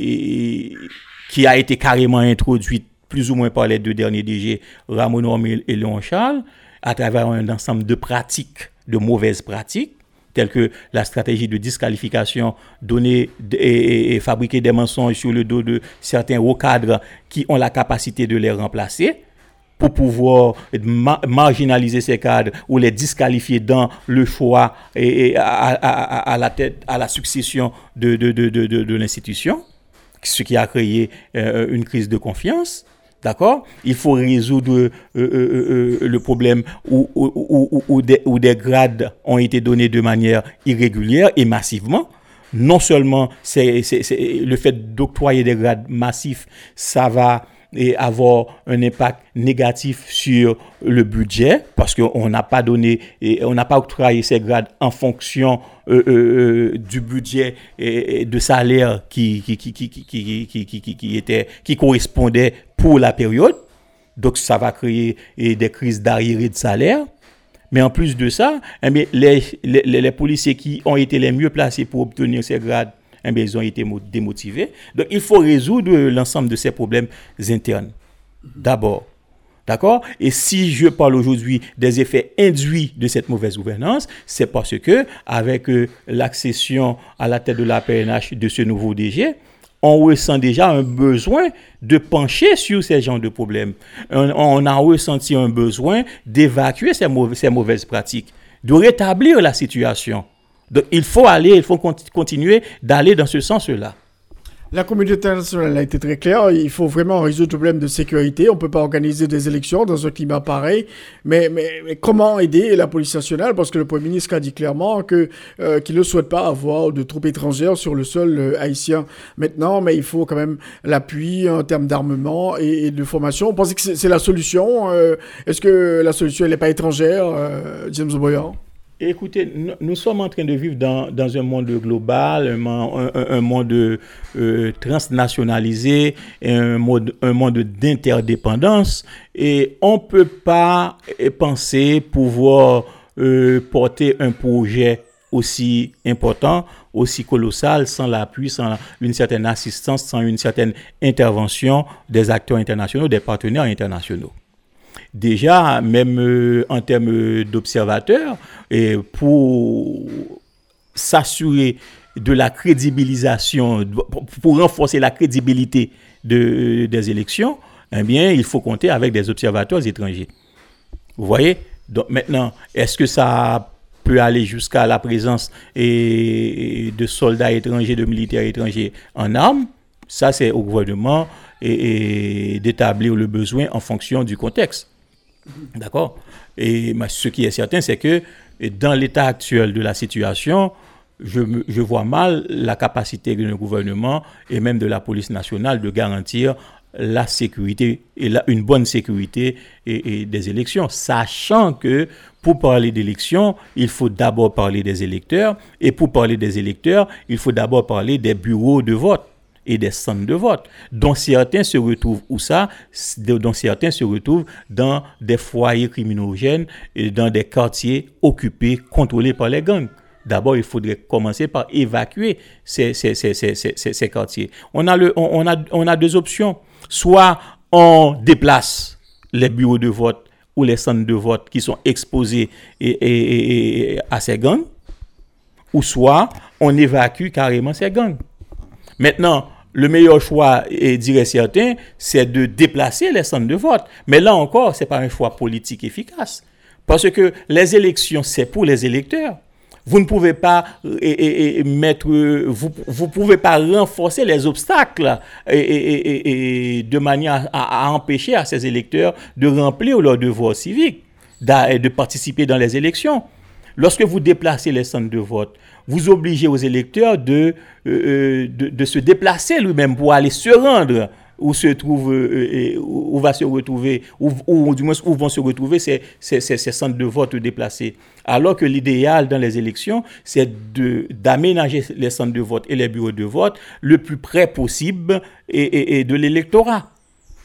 a été carrément introduite plus ou moins par les deux derniers DG, Ramon Ormel et Léon Charles, à travers un ensemble de pratiques, de mauvaises pratiques, telles que la stratégie de disqualification, donner et fabriquer des mensonges sur le dos de certains hauts cadres qui ont la capacité de les remplacer, pour pouvoir marginaliser ces cadres ou les disqualifier dans le choix et à la succession de l'institution, ce qui a créé une crise de confiance. D'accord? Il faut résoudre le problème où des grades ont été donnés de manière irrégulière et massivement. Non seulement c'est le fait d'octroyer des grades massifs, ça va avoir un impact négatif sur le budget parce qu'on n'a pas donné, on n'a pas octroyé ces grades en fonction du budget et de salaire qui correspondait pour la période. Donc ça va créer des crises d'arriérés de salaire. Mais en plus de ça, les policiers qui ont été les mieux placés pour obtenir ces grades, ils ont été démotivés. Donc, il faut résoudre l'ensemble de ces problèmes internes. D'abord. D'accord? Et si je parle aujourd'hui des effets induits de cette mauvaise gouvernance, c'est parce que, avec l'accession à la tête de la PNH de ce nouveau DG, on ressent déjà un besoin de pencher sur ces genres de problèmes. On a ressenti un besoin d'évacuer ces mauvaises pratiques, de rétablir la situation. Donc, il faut continuer d'aller dans ce sens-là. La communauté internationale a été très claire. Il faut vraiment résoudre le problème de sécurité. On ne peut pas organiser des élections dans un climat pareil. Mais comment aider la police nationale? Parce que le Premier ministre a dit clairement qu'il ne souhaite pas avoir de troupes étrangères sur le sol haïtien maintenant. Mais il faut quand même l'appui en termes d'armement et de formation. Vous pensez que c'est la solution? Est-ce que la solution n'est pas étrangère, James Boyard? Écoutez, nous sommes en train de vivre dans un monde global, un monde transnationalisé, un monde d'interdépendance, et on ne peut pas penser pouvoir porter un projet aussi important, aussi colossal, sans l'appui, sans une certaine assistance, sans une certaine intervention des acteurs internationaux, des partenaires internationaux. Déjà, même en termes d'observateurs, et pour s'assurer de la crédibilisation, pour renforcer la crédibilité des élections, eh bien, il faut compter avec des observateurs étrangers. Vous voyez? Donc maintenant, est-ce que ça peut aller jusqu'à la présence de soldats étrangers, de militaires étrangers en armes. Ça, c'est au gouvernement d'établir le besoin en fonction du contexte. D'accord? Et ce qui est certain, c'est que dans l'état actuel de la situation, je vois mal la capacité de nos gouvernements et même de la police nationale de garantir la sécurité et une bonne sécurité et des élections, sachant que pour parler d'élections, il faut d'abord parler des électeurs, et pour parler des électeurs, il faut d'abord parler des bureaux de vote et des centres de vote, dont certains se retrouvent dont certains se retrouvent dans des foyers criminogènes et dans des quartiers occupés, contrôlés par les gangs. D'abord, il faudrait commencer par évacuer ces quartiers. On a deux options. Soit on déplace les bureaux de vote ou les centres de vote qui sont exposés à ces gangs, ou soit on évacue carrément ces gangs. Maintenant, le meilleur choix, dirait certains, c'est de déplacer les centres de vote. Mais là encore, ce n'est pas un choix politique efficace. Parce que les élections, c'est pour les électeurs. Vous ne pouvez pas vous pouvez pas renforcer les obstacles de manière à empêcher à ces électeurs de remplir leur devoir civique, de participer dans les élections. Lorsque vous déplacez les centres de vote, vous obligez aux électeurs de se déplacer lui-même pour aller se rendre où se trouve, où va se retrouver, ou du moins où vont se retrouver ces centres de vote déplacés. Alors que l'idéal dans les élections, c'est d'aménager les centres de vote et les bureaux de vote le plus près possible et de l'électorat.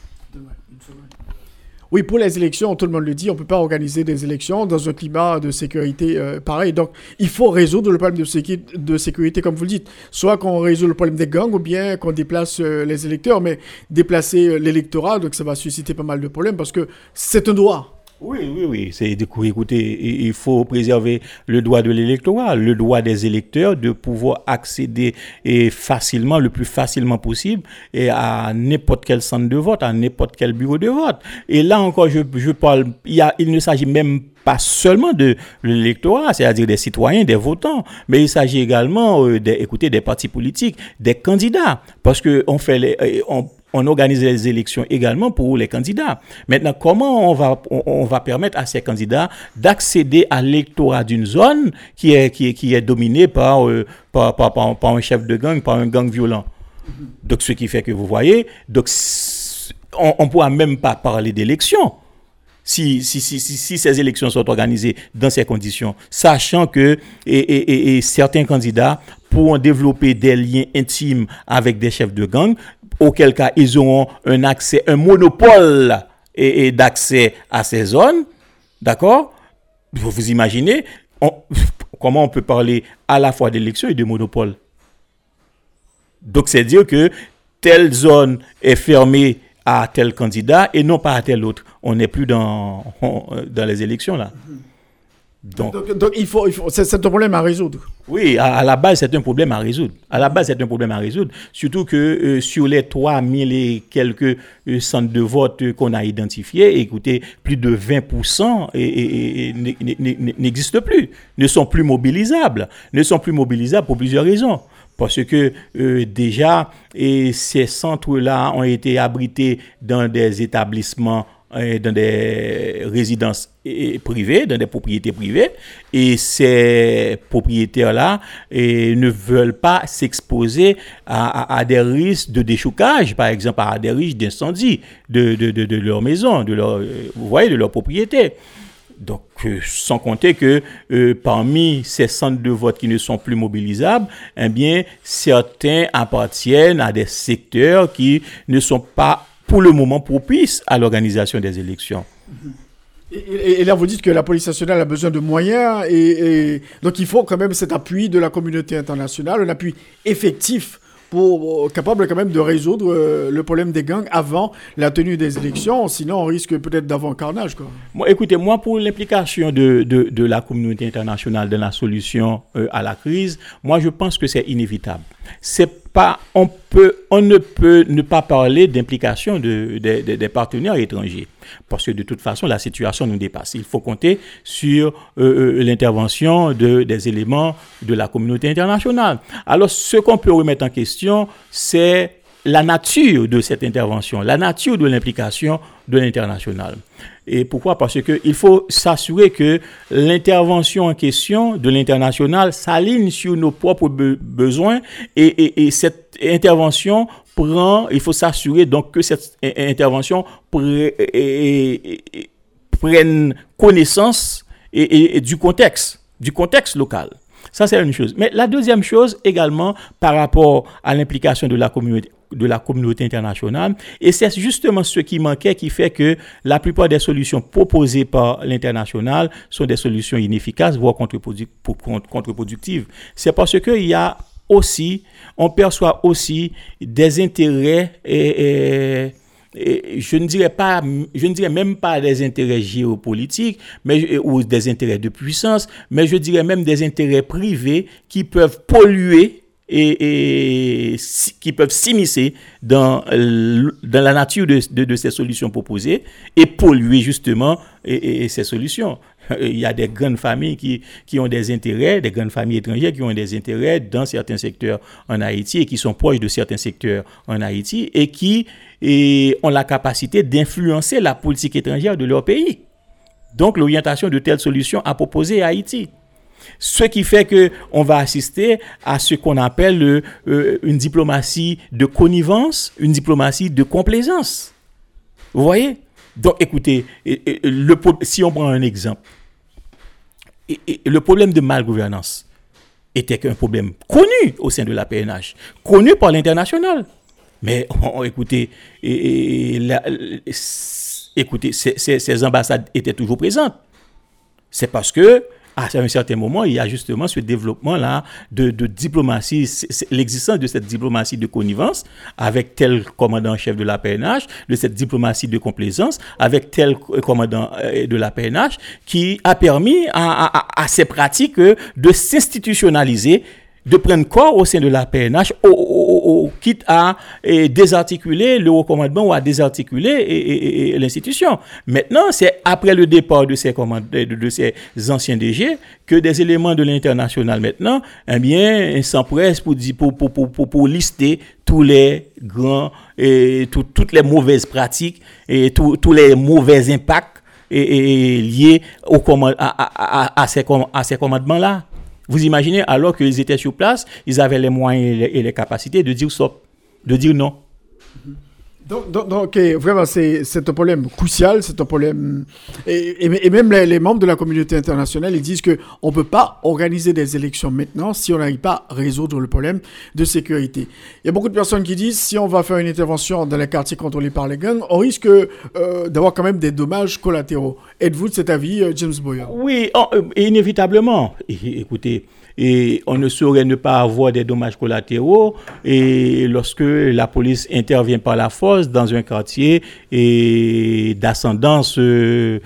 Oui, pour les élections, tout le monde le dit, on ne peut pas organiser des élections dans un climat de sécurité pareil. Donc, il faut résoudre le problème de sécurité, comme vous le dites. Soit qu'on résout le problème des gangs, ou bien qu'on déplace les électeurs. Mais déplacer l'électorat, donc ça va susciter pas mal de problèmes, parce que c'est un droit. Oui. Écoutez, il faut préserver le droit de l'électorat, le droit des électeurs de pouvoir accéder facilement, le plus facilement possible, à n'importe quel centre de vote, à n'importe quel bureau de vote. Et là encore, je parle, il ne s'agit même pas seulement de l'électorat, c'est-à-dire des citoyens, des votants, mais il s'agit également des partis politiques, des candidats, parce que on organise les élections également pour les candidats. Maintenant, comment on va permettre à ces candidats d'accéder à l'électorat d'une zone qui est dominée par un chef de gang, par un gang violent? Donc, ce qui fait que vous voyez, donc on ne pourra même pas parler d'élections si ces élections sont organisées dans ces conditions, sachant que certains candidats pourront développer des liens intimes avec des chefs de gang, auquel cas ils auront un monopole d'accès à ces zones, d'accord? Vous imaginez comment on peut parler à la fois d'élection et de monopole. Donc c'est dire que telle zone est fermée à tel candidat et non pas à tel autre. On n'est plus dans les élections là. Donc il faut c'est un problème à résoudre. Oui, à la base, c'est un problème à résoudre. Surtout que sur les 3000 et quelques centres de vote qu'on a identifiés, écoutez, plus de 20% n'existent plus, ne sont plus mobilisables pour plusieurs raisons. Parce que déjà, ces centres-là ont été abrités dans des établissements, dans des résidences privées, dans des propriétés privées, et ces propriétaires-là ne veulent pas s'exposer à des risques de déchoucage, par exemple à des risques d'incendie de leur maison, de leur propriété. Donc, sans compter que parmi ces centres de vote qui ne sont plus mobilisables, eh bien, certains appartiennent à des secteurs qui ne sont pas, pour le moment, propices à l'organisation des élections. Et là, vous dites que la police nationale a besoin de moyens, et donc il faut quand même cet appui de la communauté internationale, un appui effectif capable quand même de résoudre le problème des gangs avant la tenue des élections, sinon on risque peut-être d'avoir un carnage, quoi. Écoutez, moi pour l'implication de la communauté internationale dans la solution à la crise, moi je pense que c'est inévitable. C'est on ne peut ne pas parler d'implication des partenaires étrangers. Parce que de toute façon, la situation nous dépasse. Il faut compter sur l'intervention des éléments de la communauté internationale. Alors, ce qu'on peut remettre en question, c'est la nature de cette intervention, la nature de l'implication de l'international. Et pourquoi? Parce qu'il faut s'assurer que l'intervention en question de l'international s'aligne sur nos propres besoins et cette intervention il faut s'assurer donc que cette intervention prenne connaissance et du contexte local. Ça, c'est une chose. Mais la deuxième chose également par rapport à l'implication de la communauté internationale, et c'est justement ce qui manquait qui fait que la plupart des solutions proposées par l'international sont des solutions inefficaces, voire contre-productives. C'est parce qu'il y a aussi, on perçoit aussi des intérêts je ne dirais même pas des intérêts géopolitiques ou des intérêts de puissance, mais je dirais même des intérêts privés qui peuvent polluer et qui peuvent s'immiscer dans la nature de ces solutions proposées et polluer justement ces solutions. Il y a des grandes familles qui ont des intérêts, des grandes familles étrangères qui ont des intérêts dans certains secteurs en Haïti et qui sont proches de certains secteurs en Haïti et qui ont la capacité d'influencer la politique étrangère de leur pays. Donc, l'orientation de telles solutions à proposer à Haïti. Ce qui fait qu'on va assister à ce qu'on appelle une diplomatie de connivence, une diplomatie de complaisance. Vous voyez? Donc, écoutez, si on prend un exemple, le problème de malgouvernance était un problème connu au sein de la PNH, connu par l'international. Mais écoutez, ces ambassades étaient toujours présentes. C'est parce que à un certain moment, il y a justement ce développement-là de diplomatie, l'existence de cette diplomatie de connivence avec tel commandant-chef de la PNH, de cette diplomatie de complaisance avec tel commandant de la PNH qui a permis à ces pratiques de s'institutionnaliser, de prendre corps au sein de la PNH, quitte à désarticuler le haut commandement ou à désarticuler l'institution. Maintenant, c'est après le départ de ces anciens DG que des éléments de l'international maintenant, s'empressent pour lister tous les grands toutes les mauvaises pratiques et tous les mauvais impacts liés à ces commandements-là. Vous imaginez, alors qu'ils étaient sur place, ils avaient les moyens et les capacités de dire stop, de dire non. Donc vraiment, c'est un problème crucial, c'est un problème... Et même les membres de la communauté internationale, ils disent qu'on ne peut pas organiser des élections maintenant si on n'arrive pas à résoudre le problème de sécurité. Il y a beaucoup de personnes qui disent, si on va faire une intervention dans les quartiers contrôlés par les gangs, on risque d'avoir quand même des dommages collatéraux. Êtes-vous de cet avis, James Boyer? Oui, inévitablement. Écoutez... Et on ne saurait ne pas avoir des dommages collatéraux et lorsque la police intervient par la force dans un quartier et d'ascendance de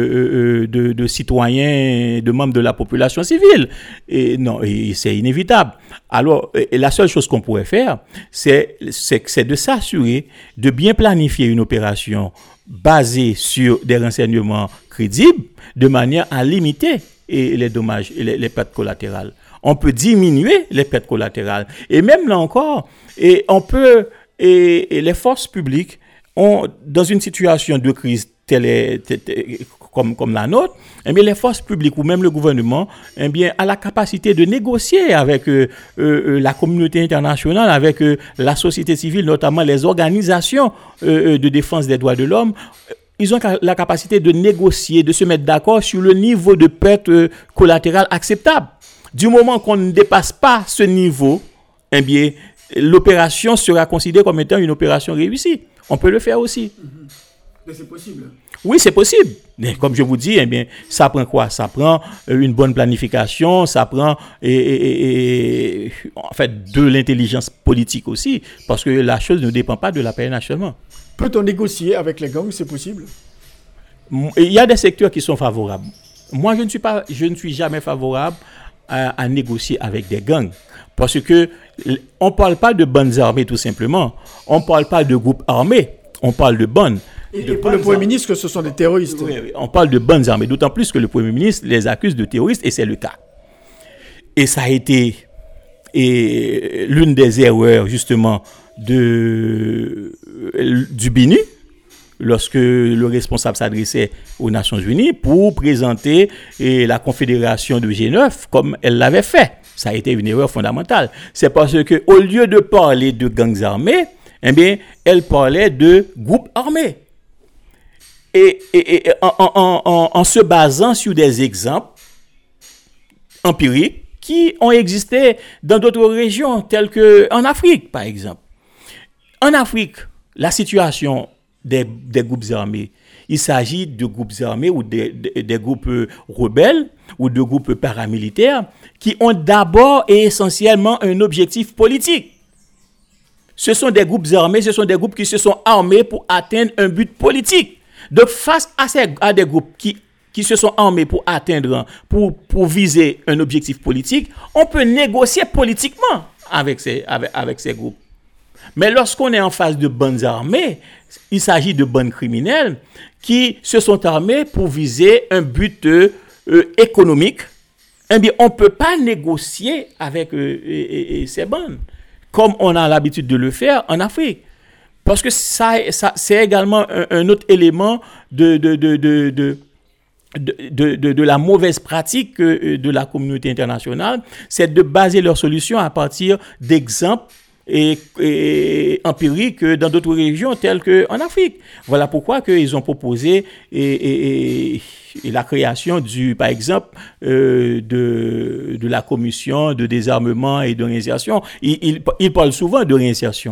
citoyens, de membres de la population civile. Et non, c'est inévitable. Alors, la seule chose qu'on pourrait faire, c'est de s'assurer de bien planifier une opération basée sur des renseignements crédibles de manière à limiter les dommages et les pertes collatérales. On peut diminuer les pertes collatérales. Et même là encore, les forces publiques ont, dans une situation de crise comme la nôtre, les forces publiques ou même le gouvernement a la capacité de négocier avec la communauté internationale, avec la société civile, notamment les organisations de défense des droits de l'homme. Ils ont la capacité de négocier, de se mettre d'accord sur le niveau de perte collatérale acceptable. Du moment qu'on ne dépasse pas ce niveau, l'opération sera considérée comme étant une opération réussie. On peut le faire aussi. Mais c'est possible. Oui, c'est possible. Mais comme je vous dis, ça prend quoi? Ça prend une bonne planification, ça prend en fait de l'intelligence politique aussi, parce que la chose ne dépend pas de la PNH seulement. Peut-on négocier avec les gangs? C'est possible? Il y a des secteurs qui sont favorables. Moi, je ne suis jamais favorable à négocier avec des gangs. Parce que on ne parle pas de bandes armées tout simplement. On ne parle pas de groupes armés. On parle de bandes. Et pour le Premier ministre, que ce sont des terroristes. Oui, on parle de bandes armées. D'autant plus que le Premier ministre les accuse de terroristes et c'est le cas. Et ça a été l'une des erreurs justement du BINU, lorsque le responsable s'adressait aux Nations Unies pour présenter la Confédération de G9 comme elle l'avait fait. Ça a été une erreur fondamentale. C'est parce que au lieu de parler de gangs armés, eh bien, elle parlait de groupes armés. Et en se basant sur des exemples empiriques qui ont existé dans d'autres régions, telles qu'en Afrique, par exemple. En Afrique, la situation des groupes armés, il s'agit de groupes armés ou des groupes rebelles ou de groupes paramilitaires qui ont d'abord et essentiellement un objectif politique. Ce sont des groupes armés, ce sont des groupes qui se sont armés pour atteindre un but politique. Donc, face à des groupes qui se sont armés pour atteindre, pour viser un objectif politique, on peut négocier politiquement avec ces groupes. Mais lorsqu'on est en face de bandes armées, il s'agit de bandes criminelles qui se sont armées pour viser un but économique. Eh bien, on ne peut pas négocier avec ces bandes, comme on a l'habitude de le faire en Afrique. Parce que ça c'est également un autre élément de la mauvaise pratique de la communauté internationale, c'est de baser leurs solutions à partir d'exemples et empiriques dans d'autres régions telles qu'en Afrique. Voilà pourquoi ils ont proposé la création par exemple, de la commission de désarmement et de réinsertion. Ils parlent souvent de réinsertion.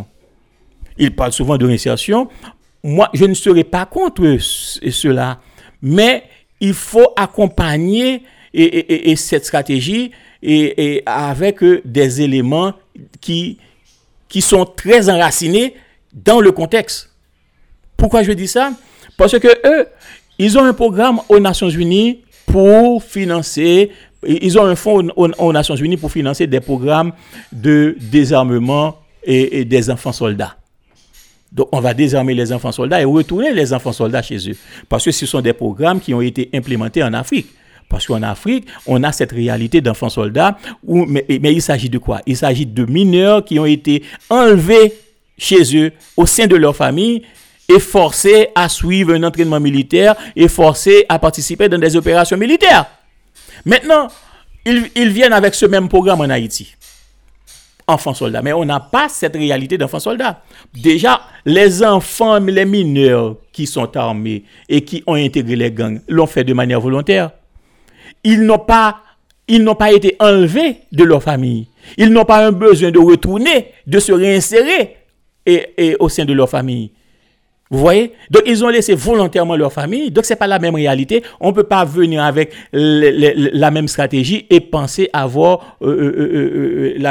Moi, je ne serai pas contre cela, mais il faut accompagner cette stratégie avec des éléments qui sont très enracinés dans le contexte. Pourquoi je dis ça? Parce que eux, ils ont un programme aux Nations Unies pour financer, ils ont un fonds aux Nations Unies pour financer des programmes de désarmement et des enfants soldats. Donc, on va désarmer les enfants soldats et retourner les enfants soldats chez eux. Parce que ce sont des programmes qui ont été implémentés en Afrique. Parce qu'en Afrique, on a cette réalité d'enfants soldats. Mais il s'agit de quoi? Il s'agit de mineurs qui ont été enlevés chez eux, au sein de leur famille, et forcés à suivre un entraînement militaire et forcés à participer dans des opérations militaires. Maintenant, ils viennent avec ce même programme en Haïti. Enfants soldats. Mais on n'a pas cette réalité d'enfants soldats. Déjà, les enfants, les mineurs qui sont armés et qui ont intégré les gangs l'ont fait de manière volontaire. Ils n'ont pas été enlevés de leur famille. Ils n'ont pas un besoin de retourner, de se réinsérer au sein de leur famille. Vous voyez? Donc, ils ont laissé volontairement leur famille. Donc, ce n'est pas la même réalité. On ne peut pas venir avec la même stratégie et penser avoir le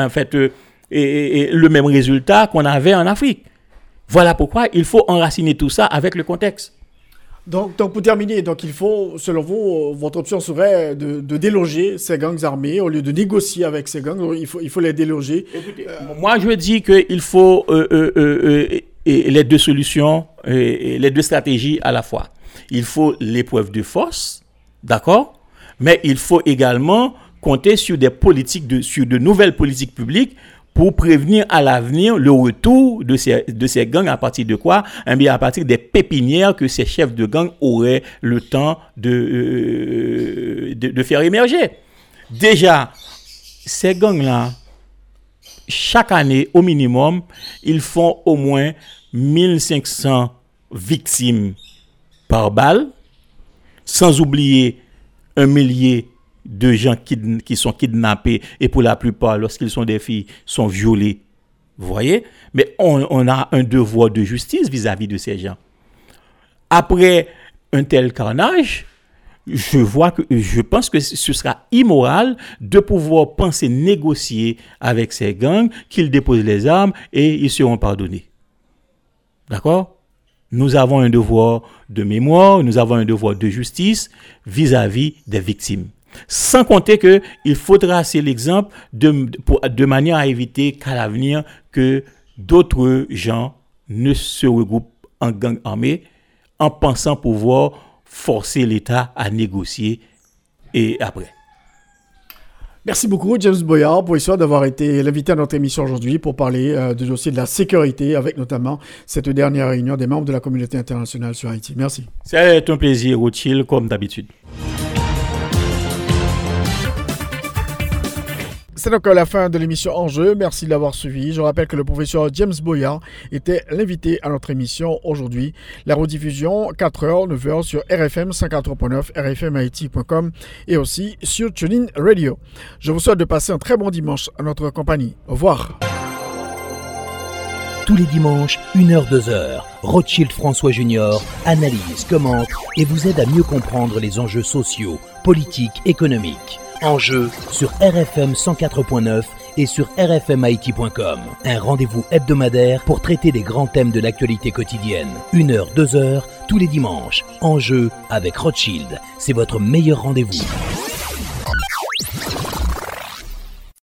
même résultat qu'on avait en Afrique. Voilà pourquoi il faut enraciner tout ça avec le contexte. Donc pour terminer, il faut, selon vous, votre option serait de déloger ces gangs armés au lieu de négocier avec ces gangs. Il faut les déloger. Écoutez, moi, je dis qu'il faut les deux solutions, les deux stratégies à la fois. Il faut l'épreuve de force, d'accord, mais il faut également compter sur sur de nouvelles politiques publiques pour prévenir à l'avenir le retour de ces gangs. À partir de quoi? Eh bien, à partir des pépinières que ces chefs de gang auraient le temps de faire émerger. Déjà, ces gangs-là, chaque année, au minimum, ils font au moins 1500 victimes par balle, sans oublier 1 millier de gens qui sont kidnappés et pour la plupart, lorsqu'ils sont des filles, sont violés. Vous voyez? Mais on a un devoir de justice vis-à-vis de ces gens. Après un tel carnage, je pense que ce sera immoral de pouvoir penser négocier avec ces gangs, qu'ils déposent les armes et ils seront pardonnés. D'accord? Nous avons un devoir de mémoire, nous avons un devoir de justice vis-à-vis des victimes. Sans compter qu'il faut tracer l'exemple de manière à éviter qu'à l'avenir que d'autres gens ne se regroupent en gang armé en pensant pouvoir forcer l'État à négocier et après. Merci beaucoup, James Boyard, pour l'histoire d'avoir été l'invité à notre émission aujourd'hui pour parler du dossier de la sécurité, avec notamment cette dernière réunion des membres de la communauté internationale sur Haïti. Merci. C'est un plaisir, Rothschild, comme d'habitude. C'est donc la fin de l'émission Enjeu. Merci de l'avoir suivi. Je rappelle que le professeur James Boyard était l'invité à notre émission aujourd'hui. La rediffusion 4h, 9h sur RFM 104.9, rfmhaiti.com et aussi sur TuneIn Radio. Je vous souhaite de passer un très bon dimanche à notre compagnie. Au revoir. Tous les dimanches, 1h-2h, Rothschild François Junior analyse, commente et vous aide à mieux comprendre les enjeux sociaux, politiques, économiques. Enjeu sur RFM 104.9 et sur rfmhaiti.com. Un rendez-vous hebdomadaire pour traiter des grands thèmes de l'actualité quotidienne. 1h, 2h, tous les dimanches. Enjeu avec Rothschild. C'est votre meilleur rendez-vous.